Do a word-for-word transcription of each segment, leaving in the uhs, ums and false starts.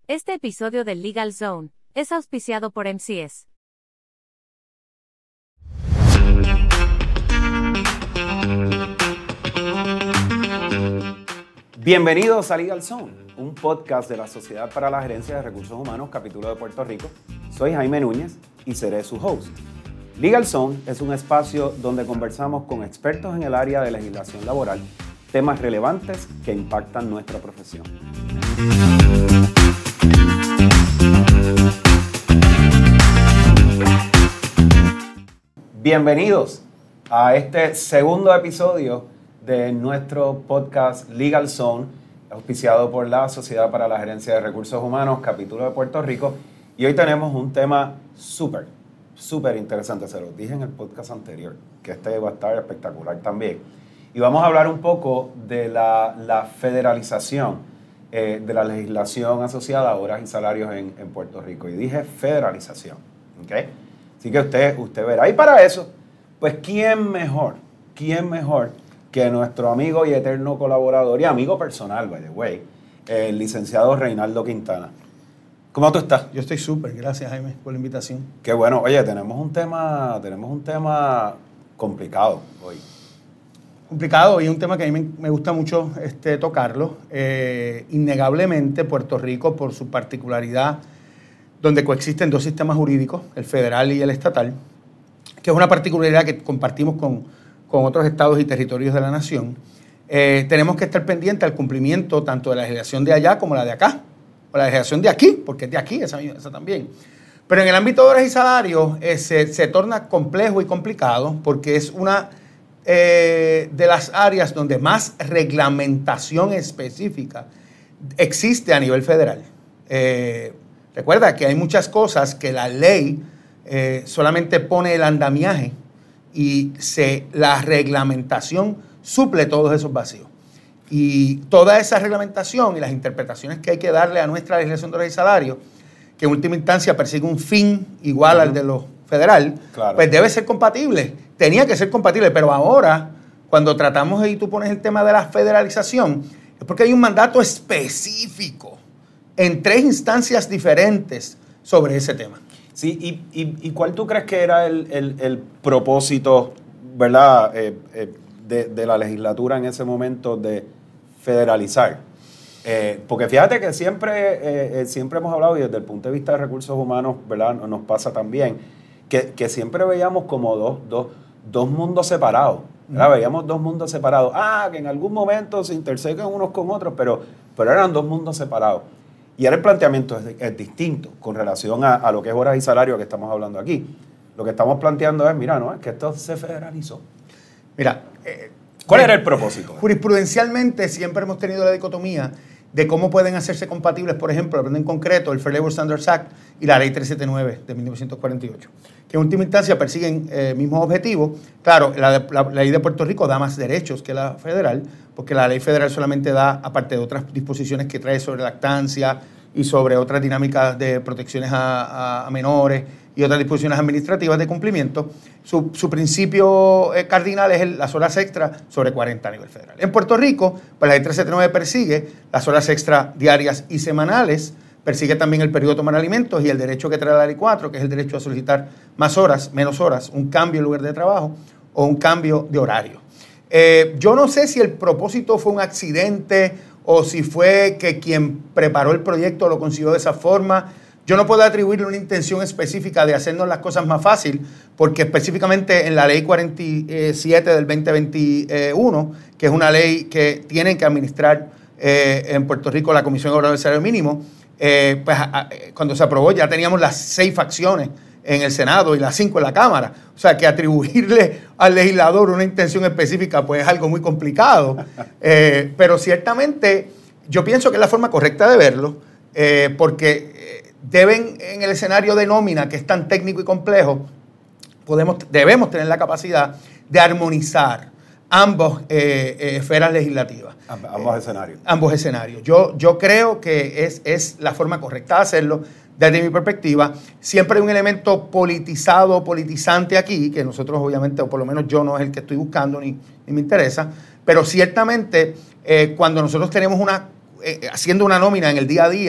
Este episodio del Legal Zone es auspiciado por M C S. Bienvenidos a Legal Zone, un podcast de la Sociedad para la Gerencia de Recursos Humanos, capítulo de Puerto Rico. Soy Jaime Núñez y seré su host. Legal Zone es un espacio donde conversamos con expertos en el área de legislación laboral, temas relevantes que impactan nuestra profesión. Bienvenidos a este segundo episodio de nuestro podcast Legal Zone, auspiciado por la Sociedad para la Gerencia de Recursos Humanos, capítulo de Puerto Rico. Y hoy tenemos un tema súper, súper interesante. Se lo dije en el podcast anterior, que este va a estar espectacular también. Y vamos a hablar un poco de la, la federalización eh, de la legislación asociada a horas y salarios en, en Puerto Rico. Y dije federalización, ¿ok? Así que usted, usted verá. Y para eso, pues, ¿quién mejor? ¿Quién mejor que nuestro amigo y eterno colaborador y amigo personal, by the way, el licenciado Reinaldo Quintana? ¿Cómo tú estás? Yo estoy súper, gracias Jaime por la invitación. Qué bueno. Oye, tenemos un tema, tenemos un tema complicado hoy. Complicado y un tema que a mí me, me gusta mucho este, tocarlo. Eh, innegablemente Puerto Rico, por su particularidad, donde coexisten dos sistemas jurídicos, el federal y el estatal, que es una particularidad que compartimos con, con otros estados y territorios de la nación, eh, tenemos que estar pendientes al cumplimiento tanto de la legislación de allá como la de acá, o la legislación de aquí, porque es de aquí, esa, esa también. Pero en el ámbito de horas y salarios eh, se, se torna complejo y complicado porque es una eh, de las áreas donde más reglamentación específica existe a nivel federal. Eh, recuerda que hay muchas cosas que la ley eh, solamente pone el andamiaje y se, la reglamentación suple todos esos vacíos. Y toda esa reglamentación y las interpretaciones que hay que darle a nuestra legislación de horas y salarios, que en última instancia persigue un fin igual uh-huh. al de lo federal, claro. Pues debe ser compatible. Tenía que ser compatible, pero ahora, cuando tratamos y tú pones el tema de la federalización, es porque hay un mandato específico en tres instancias diferentes sobre ese tema. Sí, y, y, y ¿cuál tú crees que era el, el, el propósito, verdad, eh, eh, de, de la legislatura en ese momento de federalizar? Eh, porque fíjate que siempre, eh, eh, siempre hemos hablado, y desde el punto de vista de recursos humanos, ¿verdad?, nos pasa también, que, que siempre veíamos como dos, dos, dos mundos separados, ¿verdad? Uh-huh. Veíamos dos mundos separados. Ah, que en algún momento se intersecan unos con otros, pero, pero eran dos mundos separados. Y ahora el planteamiento es, es distinto con relación a, a lo que es horas y salario que estamos hablando aquí. Lo que estamos planteando es, mira, no, es que esto se federalizó. Mira, eh, ¿cuál era el propósito? Jurisprudencialmente siempre hemos tenido la dicotomía de cómo pueden hacerse compatibles, por ejemplo, hablando en concreto, el Fair Labor Standards Act y la Ley trescientos setenta y nueve de mil novecientos cuarenta y ocho, que en última instancia persiguen eh, mismos objetivos. Claro, la, la, la ley de Puerto Rico da más derechos que la federal, porque la ley federal solamente da, aparte de otras disposiciones que trae sobre lactancia y sobre otras dinámicas de protecciones a, a, a menores y otras disposiciones administrativas de cumplimiento, su, su principio eh, cardinal es el, las horas extra sobre cuarenta a nivel federal. En Puerto Rico, pues la ley trescientos setenta y nueve persigue las horas extra diarias y semanales, persigue también el periodo de tomar alimentos y el derecho que trae la ley cuatro, que es el derecho a solicitar más horas, menos horas, un cambio en lugar de trabajo o un cambio de horario. Eh, yo no sé si el propósito fue un accidente o si fue que quien preparó el proyecto lo consiguió de esa forma. Yo no puedo atribuirle una intención específica de hacernos las cosas más fácil, porque específicamente en la ley cuarenta y siete del veinte veintiuno, que es una ley que tienen que administrar eh, en Puerto Rico la Comisión Obrera del Salario Mínimo, eh, pues a, a, cuando se aprobó ya teníamos las seis facciones en el Senado y las cinco en la Cámara. O sea, que atribuirle al legislador una intención específica pues es algo muy complicado. Eh, pero ciertamente yo pienso que es la forma correcta de verlo, eh, porque deben, en el escenario de nómina, que es tan técnico y complejo, podemos, debemos tener la capacidad de armonizar ambos eh, eh, esferas legislativas. Amb- ambos eh, escenarios. Ambos escenarios. Yo, yo creo que es, es la forma correcta de hacerlo. Desde mi perspectiva, siempre hay un elemento politizado, politizante aquí, que nosotros obviamente, o por lo menos yo no es el que estoy buscando ni, ni me interesa, pero ciertamente eh, cuando nosotros tenemos una, eh, haciendo una nómina en el día a día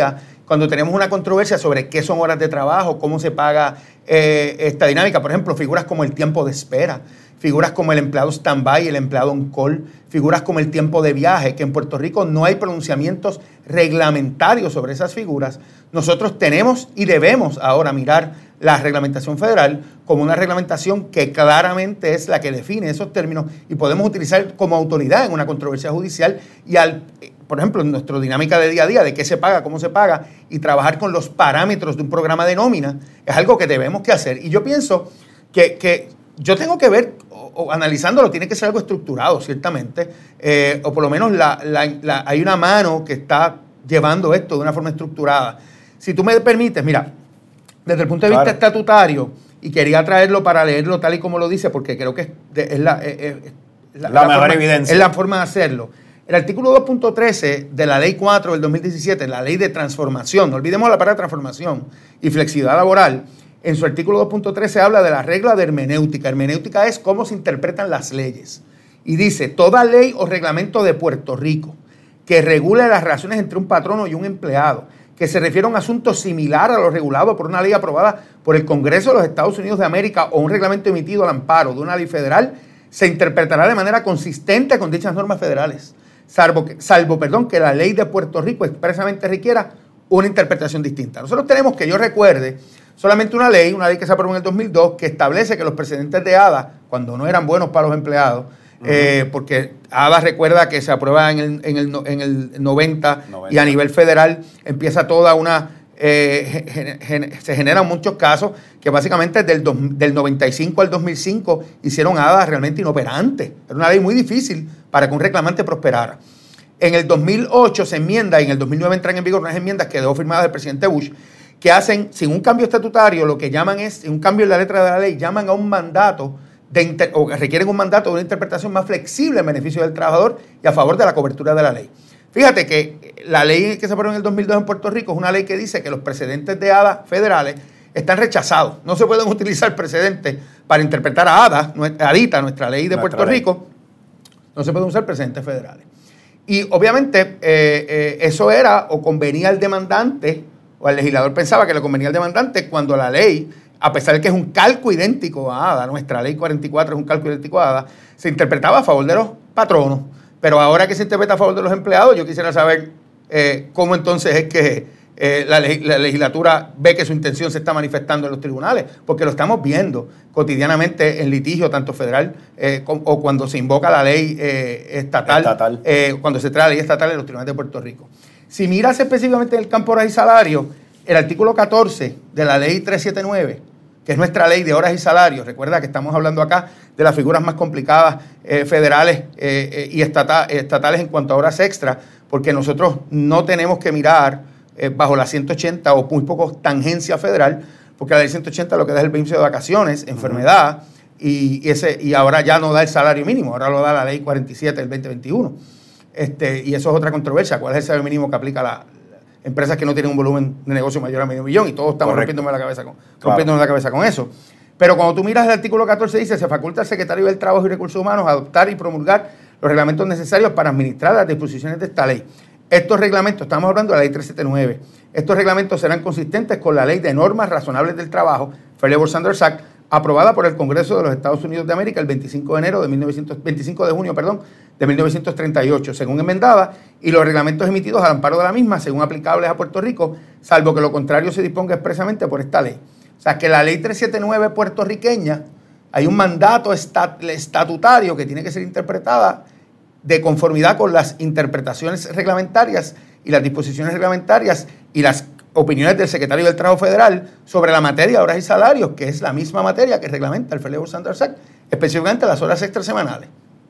cuando tenemos una controversia sobre qué son horas de trabajo, cómo se paga eh, esta dinámica. Por ejemplo, figuras como el tiempo de espera, figuras como el empleado stand-by, el empleado on-call, figuras como el tiempo de viaje, que en Puerto Rico no hay pronunciamientos reglamentarios sobre esas figuras. Nosotros tenemos y debemos ahora mirar la reglamentación federal como una reglamentación que claramente es la que define esos términos y podemos utilizar como autoridad en una controversia judicial y, al, por ejemplo, en nuestra dinámica de día a día, de qué se paga, cómo se paga y trabajar con los parámetros de un programa de nómina, es algo que debemos que hacer. Y yo pienso que, que yo tengo que ver, o, o analizándolo, tiene que ser algo estructurado, ciertamente, eh, o por lo menos la, la, la, hay una mano que está llevando esto de una forma estructurada. Si tú me permites, mira, desde el punto de vista claro. estatutario, y quería traerlo para leerlo tal y como lo dice, porque creo que es, de, es, la, es, es la, la, la mejor forma, evidencia. Es la forma de hacerlo. El artículo dos punto trece de la Ley cuatro del dos mil diecisiete, la Ley de Transformación, no olvidemos la palabra transformación y flexibilidad laboral, en su artículo dos punto trece habla de la regla de hermenéutica. Hermenéutica es cómo se interpretan las leyes. Y dice, toda ley o reglamento de Puerto Rico que regule las relaciones entre un patrono y un empleado, que se refiere a un asunto similar a lo regulado por una ley aprobada por el Congreso de los Estados Unidos de América o un reglamento emitido al amparo de una ley federal, se interpretará de manera consistente con dichas normas federales, salvo que, salvo, perdón, que la ley de Puerto Rico expresamente requiera una interpretación distinta. Nosotros tenemos, que yo recuerde, solamente una ley, una ley que se aprobó en el dos mil dos, que establece que los precedentes de A D A, cuando no eran buenos para los empleados, Uh-huh. Eh, porque A D A recuerda que se aprueba en el, en el, en el noventa, noventa y a nivel federal empieza toda una... Eh, gen, gen, se generan muchos casos que básicamente del, do, del noventa y cinco al dos mil cinco hicieron A D A realmente inoperante. Era una ley muy difícil para que un reclamante prosperara. En el dos mil ocho se enmienda y en el dos mil nueve entran en vigor unas enmiendas que quedó firmadas del presidente Bush que hacen, sin un cambio estatutario, lo que llaman es, un cambio en la letra de la ley, llaman a un mandato De inter, o requieren un mandato de una interpretación más flexible en beneficio del trabajador y a favor de la cobertura de la ley. Fíjate que la ley que se aprobó en el dos mil dos en Puerto Rico es una ley que dice que los precedentes de A D A federales están rechazados. No se pueden utilizar precedentes para interpretar a A D A, ADITA, nuestra ley de nuestra Puerto ley. Rico. No se pueden usar precedentes federales. Y obviamente eh, eh, eso era o convenía al demandante, o al legislador pensaba que le convenía al demandante cuando la ley, a pesar de que es un calco idéntico a A D A, nuestra ley cuarenta y cuatro es un calco idéntico a A D A, se interpretaba a favor de los patronos. Pero ahora que se interpreta a favor de los empleados, yo quisiera saber eh, cómo entonces es que eh, la, la legislatura ve que su intención se está manifestando en los tribunales, porque lo estamos viendo cotidianamente en litigio, tanto federal eh, con, o cuando se invoca la ley eh, estatal, estatal. Eh, cuando se trae la ley estatal en los tribunales de Puerto Rico. Si miras específicamente en el campo de horas y salarios, el artículo catorce de la ley trescientos setenta y nueve, que es nuestra ley de horas y salarios. Recuerda que estamos hablando acá de las figuras más complicadas eh, federales eh, eh, y estata, estatales en cuanto a horas extra, porque nosotros no tenemos que mirar eh, bajo la ciento ochenta o muy poco tangencia federal, porque la ley ciento ochenta lo que da es el beneficio de vacaciones, enfermedad, uh-huh. y, y, ese, y ahora ya no da el salario mínimo, ahora lo da la ley cuarenta y siete del veinte veintiuno. Este, y eso es otra controversia, ¿cuál es el salario mínimo que aplica la... empresas que no tienen un volumen de negocio mayor a medio millón, y todos estamos rompiéndome la cabeza con, claro. rompiéndome la cabeza con eso. Pero cuando tú miras el artículo catorce dice, se faculta al secretario del Trabajo y Recursos Humanos a adoptar y promulgar los reglamentos necesarios para administrar las disposiciones de esta ley. Estos reglamentos, estamos hablando de la ley trescientos setenta y nueve, estos reglamentos serán consistentes con la ley de normas razonables del trabajo, Fair Labor Standards Act, aprobada por el Congreso de los Estados Unidos de América el veinticinco de enero de mil novecientos, veinticinco de junio, perdón, de mil novecientos treinta y ocho, según enmendada, y los reglamentos emitidos al amparo de la misma, según aplicables a Puerto Rico, salvo que lo contrario se disponga expresamente por esta ley. O sea, que la ley trescientos setenta y nueve puertorriqueña, hay un mandato estat, estatutario que tiene que ser interpretada de conformidad con las interpretaciones reglamentarias y las disposiciones reglamentarias y las opiniones del secretario del Trabajo Federal sobre la materia de horas y salarios, que es la misma materia que reglamenta el Fair Labor Standards Act, específicamente las horas extras semanales,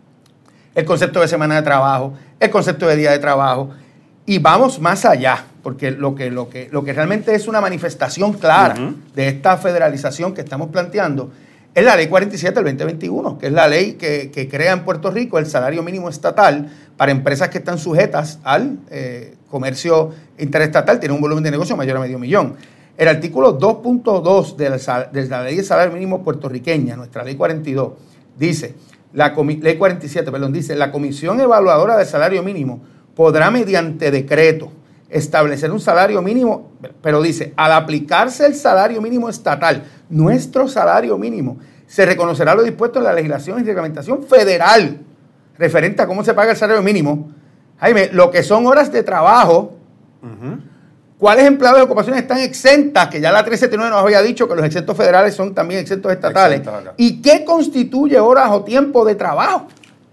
el concepto de semana de trabajo, el concepto de día de trabajo, y vamos más allá, porque lo que, lo que, lo que realmente es una manifestación clara uh-huh. de esta federalización que estamos planteando es la ley cuarenta y siete del veinte veintiuno, que es la ley que, que crea en Puerto Rico el salario mínimo estatal para empresas que están sujetas al eh, comercio interestatal, tiene un volumen de negocio mayor a medio millón. El artículo dos punto dos de la, de la ley de salario mínimo puertorriqueña, nuestra ley cuarenta y dos, dice, la ley cuarenta y siete, perdón, dice, la Comisión Evaluadora del Salario Mínimo podrá mediante decreto establecer un salario mínimo, pero dice, al aplicarse el salario mínimo estatal, nuestro salario mínimo, se reconocerá lo dispuesto en la legislación y reglamentación federal referente a cómo se paga el salario mínimo. Jaime, lo que son horas de trabajo, uh-huh. cuáles empleados de ocupaciones están exentas, que ya la trescientos setenta y nueve nos había dicho que los exentos federales son también exentos estatales, y qué constituye horas o tiempo de trabajo.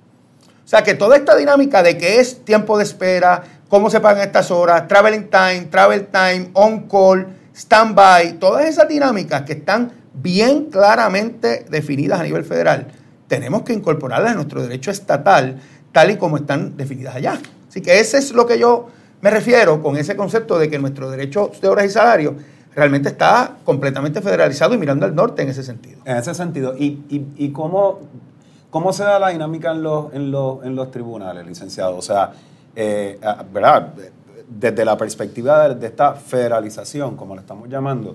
O sea, que toda esta dinámica de qué es tiempo de espera, cómo se pagan estas horas, traveling time, travel time, on call, standby, todas esas dinámicas que están bien claramente definidas a nivel federal, tenemos que incorporarlas en nuestro derecho estatal, tal y como están definidas allá. Así que ese es lo que yo me refiero con ese concepto de que nuestro derecho de horas y salarios realmente está completamente federalizado y mirando al norte en ese sentido. En ese sentido. ¿Y, y, y cómo, cómo se da la dinámica en los, en los, en los tribunales, licenciado? O sea, eh, ¿verdad? Desde la perspectiva de, de esta federalización, como le estamos llamando,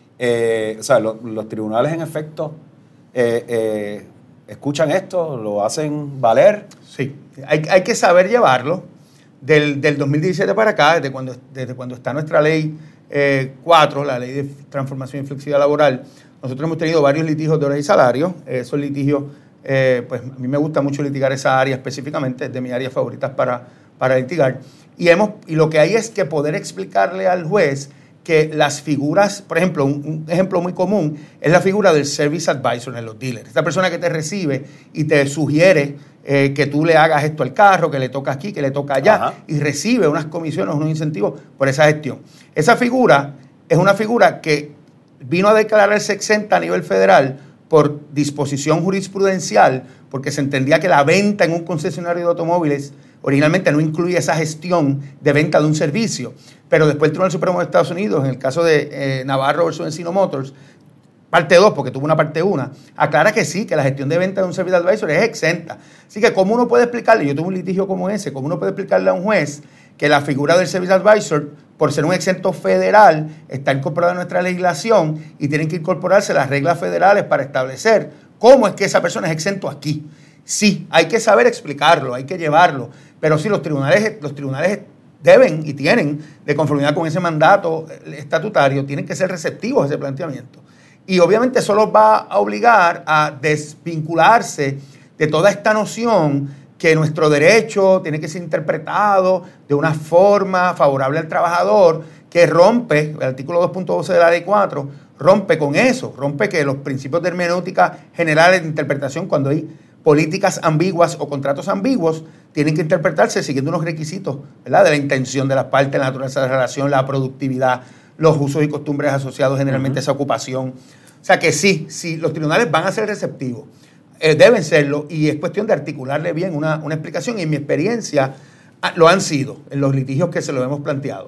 eh, o sea, lo, los tribunales en efecto eh, eh, escuchan esto, lo hacen valer. Sí, hay, hay que saber llevarlo. Del, del dos mil diecisiete para acá, desde cuando, desde cuando está nuestra ley eh, cuatro, la ley de transformación y flexibilidad laboral, nosotros hemos tenido varios litigios de horas y salarios. Eh, esos litigios, eh, pues a mí me gusta mucho litigar esa área específicamente, es de mis áreas favoritas para, para litigar. Y, hemos, y lo que hay es que poder explicarle al juez que las figuras, por ejemplo, un, un ejemplo muy común es la figura del service advisor en los dealers. Esta persona que te recibe y te sugiere eh, que tú le hagas esto al carro, que le toca aquí, que le toca allá, Ajá. y recibe unas comisiones, unos incentivos por esa gestión. Esa figura es una figura que vino a declararse exenta a nivel federal por disposición jurisprudencial, porque se entendía que la venta en un concesionario de automóviles originalmente no incluye esa gestión de venta de un servicio, pero después el Tribunal Supremo de Estados Unidos, en el caso de eh, Navarro versus Encino Motors, parte dos, porque tuvo una parte uno, aclara que sí, que la gestión de venta de un service advisor es exenta. Así que, ¿cómo uno puede explicarle? Yo tuve un litigio como ese, ¿cómo uno puede explicarle a un juez que la figura del service advisor, por ser un exento federal, está incorporada en nuestra legislación y tienen que incorporarse las reglas federales para establecer cómo es que esa persona es exento aquí? Sí, hay que saber explicarlo, hay que llevarlo, pero sí, los tribunales, los tribunales deben y tienen, de conformidad con ese mandato estatutario, tienen que ser receptivos a ese planteamiento. Y obviamente eso los va a obligar a desvincularse de toda esta noción que nuestro derecho tiene que ser interpretado de una forma favorable al trabajador, que rompe, el artículo dos punto doce de la ley cuatro, rompe con eso, rompe que los principios de hermenéutica generales de interpretación, cuando hay políticas ambiguas o contratos ambiguos, tienen que interpretarse siguiendo unos requisitos, ¿verdad?, de la intención de las partes, la naturaleza de la relación, la productividad, los usos y costumbres asociados generalmente uh-huh. a esa ocupación. O sea que sí, sí, los tribunales van a ser receptivos, eh, deben serlo, y es cuestión de articularle bien una, una explicación, y en mi experiencia ah, lo han sido en los litigios que se lo hemos planteado.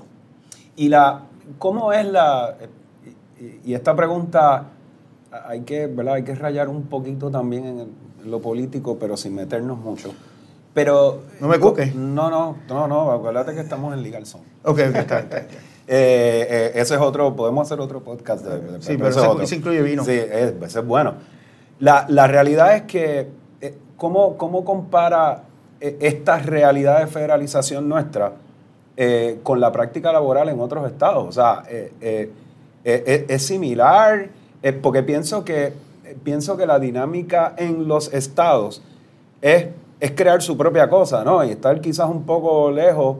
Y la, ¿cómo es la, y, y esta pregunta hay que, ¿verdad?, hay que rayar un poquito también en, el, en lo político, pero sin meternos mucho. Pero... No me cuques. No, no, no, no, acuérdate que estamos en Legal Zone. Ok, ok, está, está, está. Eh, eh, ese es otro, podemos hacer otro podcast. De, de, sí, pero ese, ese incluye vino. Sí, es, ese es bueno. La, la realidad es que, eh, ¿cómo, cómo compara eh, esta realidad de federalización nuestra eh, con la práctica laboral en otros estados? O sea, eh, eh, eh, es similar, eh, porque pienso que, eh, pienso que la dinámica en los estados es, es crear su propia cosa, ¿no? Y estar quizás un poco lejos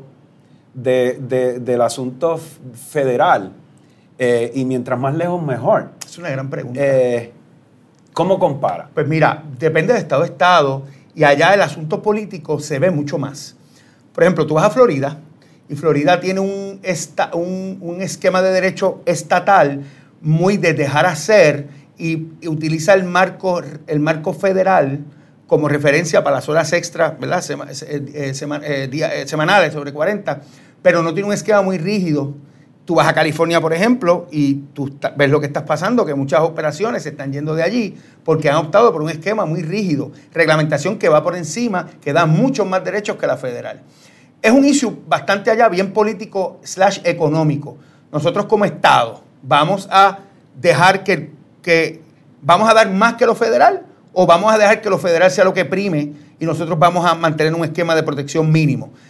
De, de, del asunto federal, eh, y mientras más lejos mejor. Es una gran pregunta. Eh, ¿Cómo compara? Pues mira, depende de estado a estado, y allá el asunto político se ve mucho más. Por ejemplo, tú vas a Florida, y Florida tiene un, esta, un, un esquema de derecho estatal muy de dejar hacer, y, y utiliza el marco, el marco federal como referencia para las horas extras, ¿verdad?, Sema, eh, sema, eh, día, eh, semanales sobre cuarenta, pero no tiene un esquema muy rígido. Tú vas a California, por ejemplo, y tú ves lo que está pasando, que muchas operaciones se están yendo de allí porque han optado por un esquema muy rígido, reglamentación que va por encima, que da muchos más derechos que la federal. Es un issue bastante allá, bien político slash económico. Nosotros como Estado vamos a dejar que, que vamos a dar más que lo federal, o vamos a dejar que lo federal sea lo que prime y nosotros vamos a mantener un esquema de protección mínimo.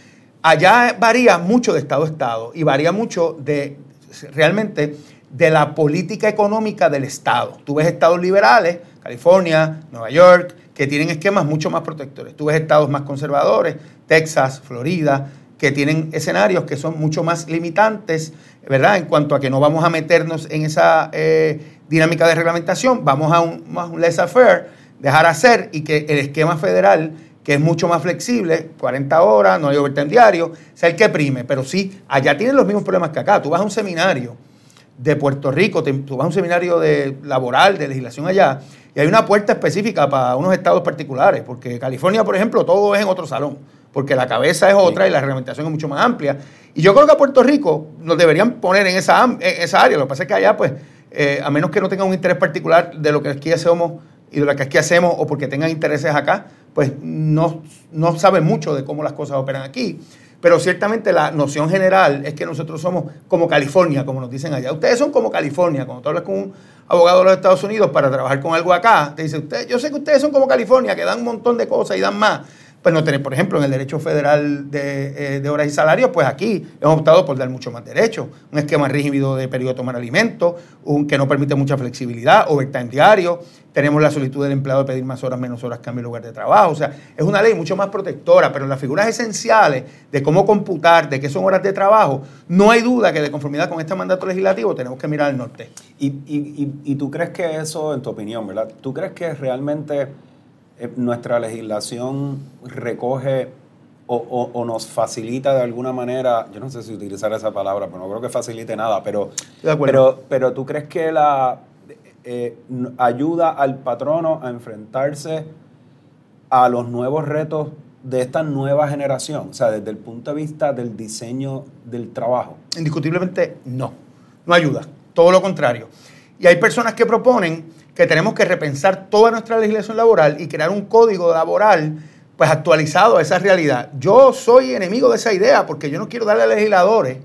allá varía mucho de estado a estado y varía mucho de realmente de la política económica del estado. Tú ves estados liberales, California, Nueva York, que tienen esquemas mucho más protectores. Tú ves estados más conservadores, Texas, Florida, que tienen escenarios que son mucho más limitantes, ¿verdad? En cuanto a que no vamos a meternos en esa eh, dinámica de reglamentación, vamos a un, a un laissez-faire, dejar hacer, y que el esquema federal, que es mucho más flexible, cuarenta horas, no hay overtime diario, sea el que prime. Pero sí, allá tienen los mismos problemas que acá. Tú vas a un seminario de Puerto Rico, te, tú vas a un seminario de laboral, de legislación allá, y hay una puerta específica para unos estados particulares, porque California, por ejemplo, todo es en otro salón, porque la cabeza es otra, sí, y la reglamentación es mucho más amplia. Y yo creo que a Puerto Rico nos deberían poner en esa, en esa área. Lo que pasa es que allá, pues, eh, a menos que no tengan un interés particular de lo que aquí hacemos y de lo que aquí hacemos, o porque tengan intereses acá, pues no, no saben mucho de cómo las cosas operan aquí. Pero ciertamente la noción general es que nosotros somos como California, como nos dicen allá. Ustedes son como California. Cuando tú hablas con un abogado de los Estados Unidos para trabajar con algo acá, te dice, usted, yo sé que ustedes son como California, que dan un montón de cosas y dan más. Pues no tener, por ejemplo, en el derecho federal de, eh, de horas y salarios, pues aquí hemos optado por dar mucho más derechos. Un esquema rígido de periodo de tomar alimentos, un que no permite mucha flexibilidad, overtime diario. Tenemos la solicitud del empleado de pedir más horas, menos horas, cambio de lugar de trabajo. O sea, es una ley mucho más protectora, pero en las figuras esenciales de cómo computar, de qué son horas de trabajo, no hay duda que de conformidad con este mandato legislativo tenemos que mirar al norte. Y, y, y, y tú crees que eso, en tu opinión, ¿verdad? ¿Tú crees que realmente eh, nuestra legislación recoge o, o, o nos facilita de alguna manera, yo no sé si utilizar esa palabra, pero no creo que facilite nada, pero, pero, pero tú crees que la eh, ayuda al patrono a enfrentarse a los nuevos retos de esta nueva generación, o sea, desde el punto de vista del diseño del trabajo? Indiscutiblemente no, no ayuda, todo lo contrario. Y hay personas que proponen que tenemos que repensar toda nuestra legislación laboral y crear un código laboral pues actualizado a esa realidad. Yo soy enemigo de esa idea porque yo no quiero darle a legisladores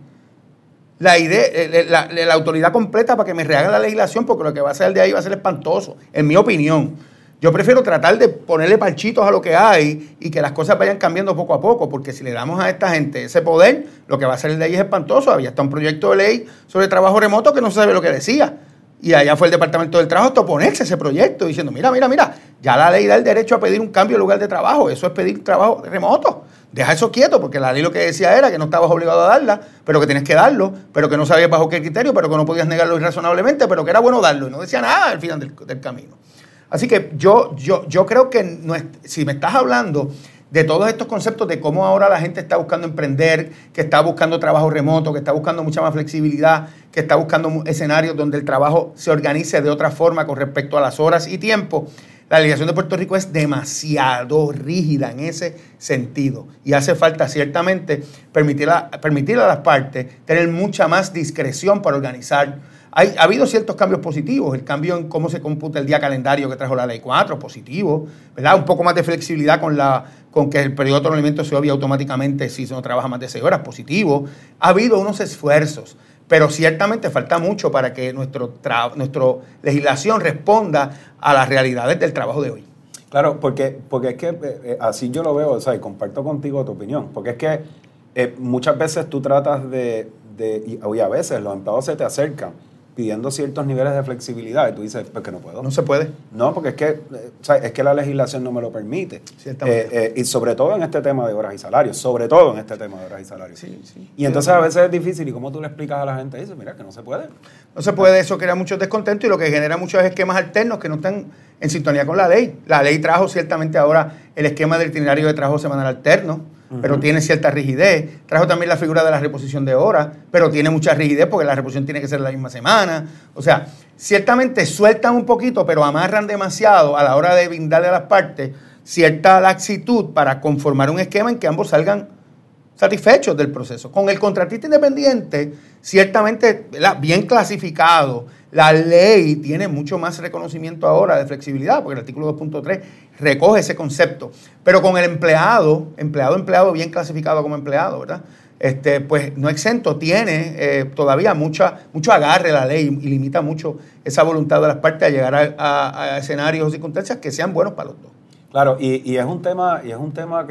la, idea, la, la, la autoridad completa para que me rehagan la legislación, porque lo que va a hacer de ahí va a ser espantoso, en mi opinión. Yo prefiero tratar de ponerle parchitos a lo que hay y que las cosas vayan cambiando poco a poco, porque si le damos a esta gente ese poder, lo que va a hacer de ahí es espantoso. Había hasta un proyecto de ley sobre trabajo remoto que no se sabe lo que decía. Y allá fue el Departamento del Trabajo hasta oponerse a ese proyecto, diciendo, mira, mira, mira, ya la ley da el derecho a pedir un cambio de lugar de trabajo. Eso es pedir trabajo remoto. Deja eso quieto, porque la ley lo que decía era que no estabas obligado a darla, pero que tenías que darlo, pero que no sabías bajo qué criterio, pero que no podías negarlo irrazonablemente, pero que era bueno darlo. Y no decía nada al final del, del camino. Así que yo, yo, yo creo que no es, si me estás hablando de todos estos conceptos de cómo ahora la gente está buscando emprender, que está buscando trabajo remoto, que está buscando mucha más flexibilidad, que está buscando escenarios donde el trabajo se organice de otra forma con respecto a las horas y tiempo, la legislación de Puerto Rico es demasiado rígida en ese sentido. Y hace falta ciertamente permitir a, permitir a las partes tener mucha más discreción para organizar. Hay, ha habido ciertos cambios positivos, el cambio en cómo se computa el día calendario que trajo la ley cuatro, positivo, ¿verdad? Un poco más de flexibilidad con, la, con que el periodo de tornamiento se obvia automáticamente si se no trabaja más de seis horas, positivo. Ha habido unos esfuerzos, pero ciertamente falta mucho para que nuestro tra- nuestra legislación responda a las realidades del trabajo de hoy. Claro, porque, porque es que eh, así yo lo veo, o sea, y comparto contigo tu opinión, porque es que eh, muchas veces tú tratas de, de y, y a veces los empleados se te acercan pidiendo ciertos niveles de flexibilidad y tú dices, pues que no puedo. No se puede. No, porque es que, eh, o sea, es que la legislación no me lo permite. Ciertamente. Eh, eh, y sobre todo en este tema de horas y salarios, sobre todo en este tema de horas y salarios. Sí, sí. Y entonces a veces es difícil, ¿y cómo tú le explicas a la gente? Dice, mira, que no se puede. No se puede, eso crea muchos descontentos y lo que genera muchos esquemas alternos que no están en sintonía con la ley. La ley trajo ciertamente ahora el esquema del itinerario de trabajo semanal alterno, uh-huh, pero tiene cierta rigidez. Trajo también la figura de la reposición de horas, pero tiene mucha rigidez porque la reposición tiene que ser la misma semana. O sea, ciertamente sueltan un poquito, pero amarran demasiado a la hora de brindarle a las partes cierta laxitud para conformar un esquema en que ambos salgan satisfechos del proceso. Con el contratista independiente, ciertamente, ¿verdad?, bien clasificado, la ley tiene mucho más reconocimiento ahora de flexibilidad, porque el artículo dos punto tres recoge ese concepto. Pero con el empleado, empleado, empleado, bien clasificado como empleado, ¿verdad?, Este, pues no exento, tiene eh, todavía mucha, mucho agarre la ley y limita mucho esa voluntad de las partes a llegar a, a, a escenarios o circunstancias que sean buenos para los dos. Claro, y, y es un tema, y es un tema que,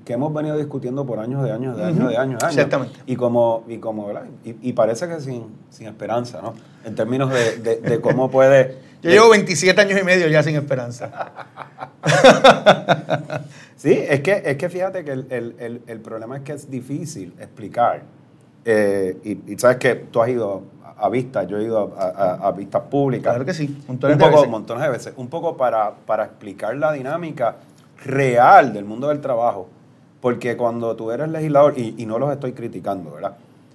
que hemos venido discutiendo por años de años, de años, Uh-huh. de años, de años. Exactamente. Y como, y como, ¿verdad? Y, y parece que sin, sin esperanza, ¿no? En términos de, de, de cómo puede... Yo de, llevo veintisiete años y medio ya sin esperanza. Sí, es que, es que fíjate que el, el, el, el problema es que es difícil explicar. Eh, y, y sabes que tú has ido a, a vistas, yo he ido a, a, a vistas públicas. Claro que sí, montones un de poco, veces. montones de veces. Un poco para, para explicar la dinámica real del mundo del trabajo. Porque cuando tú eres legislador, y, y no los estoy criticando, ¿verdad?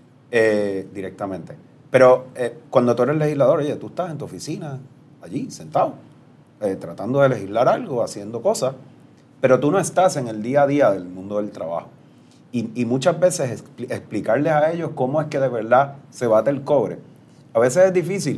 Eh, directamente. Pero eh, cuando tú eres legislador, oye, tú estás en tu oficina, allí, sentado, eh, tratando de legislar algo, haciendo cosas, pero tú no estás en el día a día del mundo del trabajo. Y, y muchas veces expl- explicarles a ellos cómo es que de verdad se bate el cobre, a veces es difícil.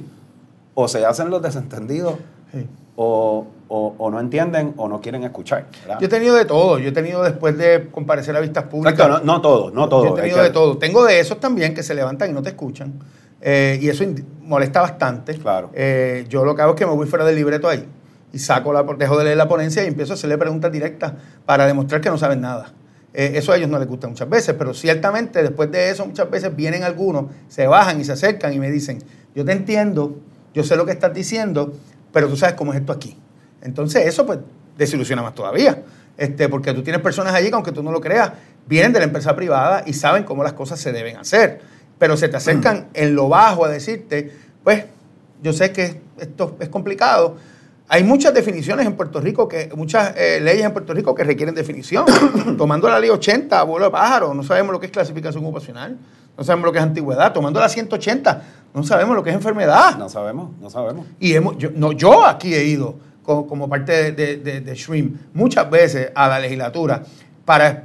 O se hacen los desentendidos, Sí. o, o, o no entienden, o no quieren escuchar, ¿verdad? Yo he tenido de todo. Yo he tenido, después de comparecer a vistas públicas... Exacto, no, no todo, no todo. Yo he tenido Hay que- de todo. Tengo de esos también que se levantan y no te escuchan. Eh, y eso ind- molesta bastante. Claro. Eh, yo lo que hago es que me voy fuera del libreto ahí. Y saco la, dejo de leer la ponencia y empiezo a hacerle preguntas directas para demostrar que no saben nada. Eh, eso a ellos no les gusta muchas veces, pero ciertamente después de eso muchas veces vienen algunos, se bajan y se acercan y me dicen, yo te entiendo, yo sé lo que estás diciendo, pero tú sabes cómo es esto aquí. Entonces eso pues desilusiona más todavía, este, porque tú tienes personas allí que aunque tú no lo creas, vienen de la empresa privada y saben cómo las cosas se deben hacer, pero se te acercan en lo bajo a decirte, pues yo sé que esto es complicado. Hay muchas definiciones en Puerto Rico, que muchas eh, leyes en Puerto Rico que requieren definición. Tomando la ley ochenta, vuelo de pájaro, no sabemos lo que es clasificación ocupacional, no sabemos lo que es antigüedad. Tomando la ciento ochenta, no sabemos lo que es enfermedad. No sabemos, no sabemos. Y hemos, yo, no, yo aquí he ido como, como parte de, de, de, de SHREAM muchas veces a la legislatura para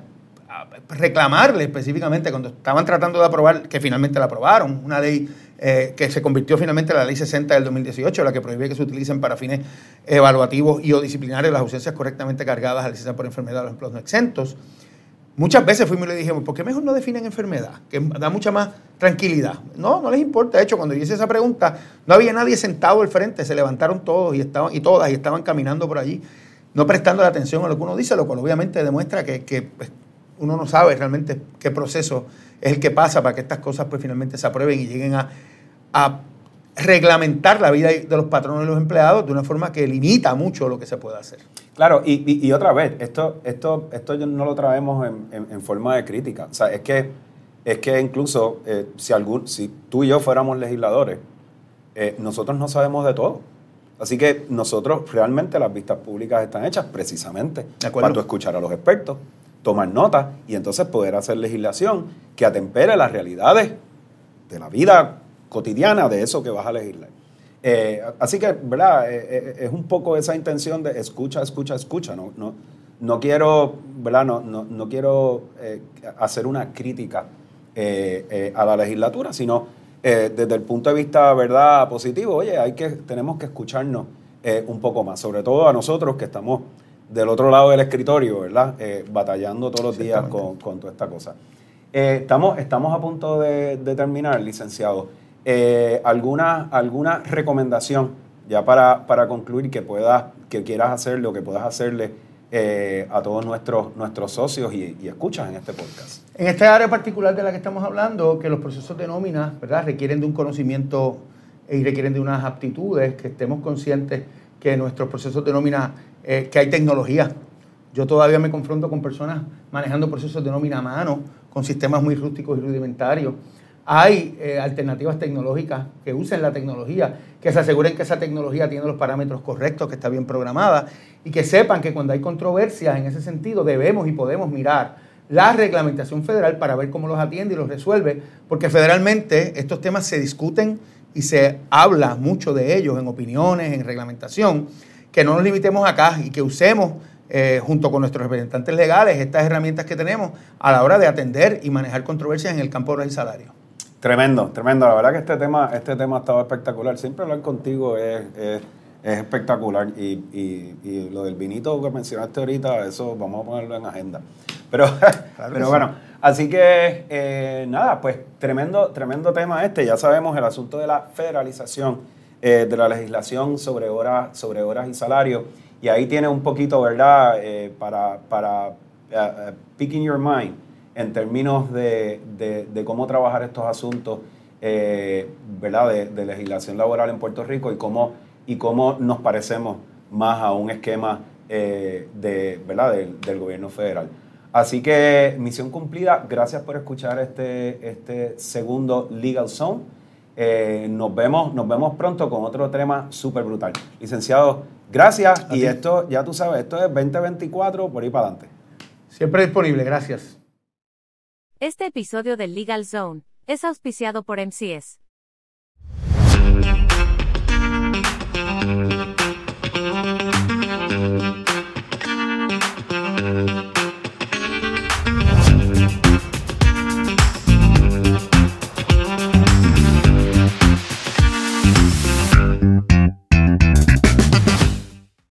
reclamarle específicamente cuando estaban tratando de aprobar, que finalmente la aprobaron, una ley eh, que se convirtió finalmente en la ley sesenta del dos mil dieciocho, la que prohíbe que se utilicen para fines evaluativos y o disciplinarios las ausencias correctamente cargadas al licencia por enfermedad de los empleados no exentos. Muchas veces fuimos y le dijimos, ¿por qué mejor no definen enfermedad? Que da mucha más tranquilidad. No, no les importa. De hecho, cuando yo hice esa pregunta, no había nadie sentado al frente, se levantaron todos y estaban y todas y estaban caminando por allí, no prestando la atención a lo que uno dice, lo cual obviamente demuestra que, que pues, uno no sabe realmente qué proceso es el que pasa para que estas cosas pues finalmente se aprueben y lleguen a, a reglamentar la vida de los patronos y los empleados de una forma que limita mucho lo que se puede hacer. Claro, y, y, y otra vez, esto, esto, esto no lo traemos en, en, en forma de crítica. O sea, es que, es que incluso eh, si, algún, si tú y yo fuéramos legisladores, eh, nosotros no sabemos de todo. Así que nosotros realmente las vistas públicas están hechas precisamente para tú escuchar a los expertos, tomar notas y entonces poder hacer legislación que atempere las realidades de la vida cotidiana de eso que vas a legislar. Eh, así que, ¿verdad? Eh, eh, es un poco esa intención de escucha, escucha, escucha. No, no, no quiero, ¿verdad? No, no, no quiero eh, hacer una crítica eh, eh, a la legislatura, sino eh, desde el punto de vista, ¿verdad? Positivo. Oye, hay que, tenemos que escucharnos eh, un poco más, sobre todo a nosotros que estamos del otro lado del escritorio, ¿verdad? Eh, batallando todos los días con, con toda esta cosa. Eh, estamos, estamos a punto de, de terminar, licenciado. Eh, ¿alguna, ¿Alguna recomendación ya para, para concluir que puedas, que quieras hacerle o que puedas hacerle eh, a todos nuestros, nuestros socios y, y escuchas en este podcast? En esta área particular de la que estamos hablando, que los procesos de nómina, ¿verdad?, requieren de un conocimiento y requieren de unas aptitudes, que estemos conscientes que nuestros procesos de nómina, eh, que hay tecnología. Yo todavía me confronto con personas manejando procesos de nómina a mano, con sistemas muy rústicos y rudimentarios. Hay eh, alternativas tecnológicas que usen la tecnología, que se aseguren que esa tecnología tiene los parámetros correctos, que está bien programada y que sepan que cuando hay controversias en ese sentido debemos y podemos mirar la reglamentación federal para ver cómo los atiende y los resuelve, porque federalmente estos temas se discuten y se habla mucho de ellos en opiniones, en reglamentación, que no nos limitemos acá y que usemos eh, junto con nuestros representantes legales estas herramientas que tenemos a la hora de atender y manejar controversias en el campo de horas y salarios. Tremendo, tremendo. La verdad que este tema, este tema ha estado espectacular. Siempre hablar contigo es, es, es espectacular. Y, y, y lo del vinito que mencionaste ahorita, eso vamos a ponerlo en agenda. Pero, claro pero bueno, sí. Así que eh, nada, pues tremendo, tremendo tema este. Ya sabemos el asunto de la federalización eh, de la legislación sobre horas, sobre horas y salarios. Y ahí tiene un poquito, ¿verdad? Eh, para, para uh, uh, picking your mind en términos de, de, de cómo trabajar estos asuntos, eh, ¿verdad? De, de legislación laboral en Puerto Rico y cómo, y cómo nos parecemos más a un esquema eh, de, ¿verdad? Del, del gobierno federal. Así que misión cumplida. Gracias por escuchar este, este segundo Legal Zone. Eh, nos vemos, nos vemos pronto con otro tema súper brutal. Licenciado, gracias. Y esto, ya tú sabes, esto es veinte veinticuatro, por ahí para adelante. Siempre disponible, gracias. Este episodio del Legal Zone es auspiciado por M C S. Thank you.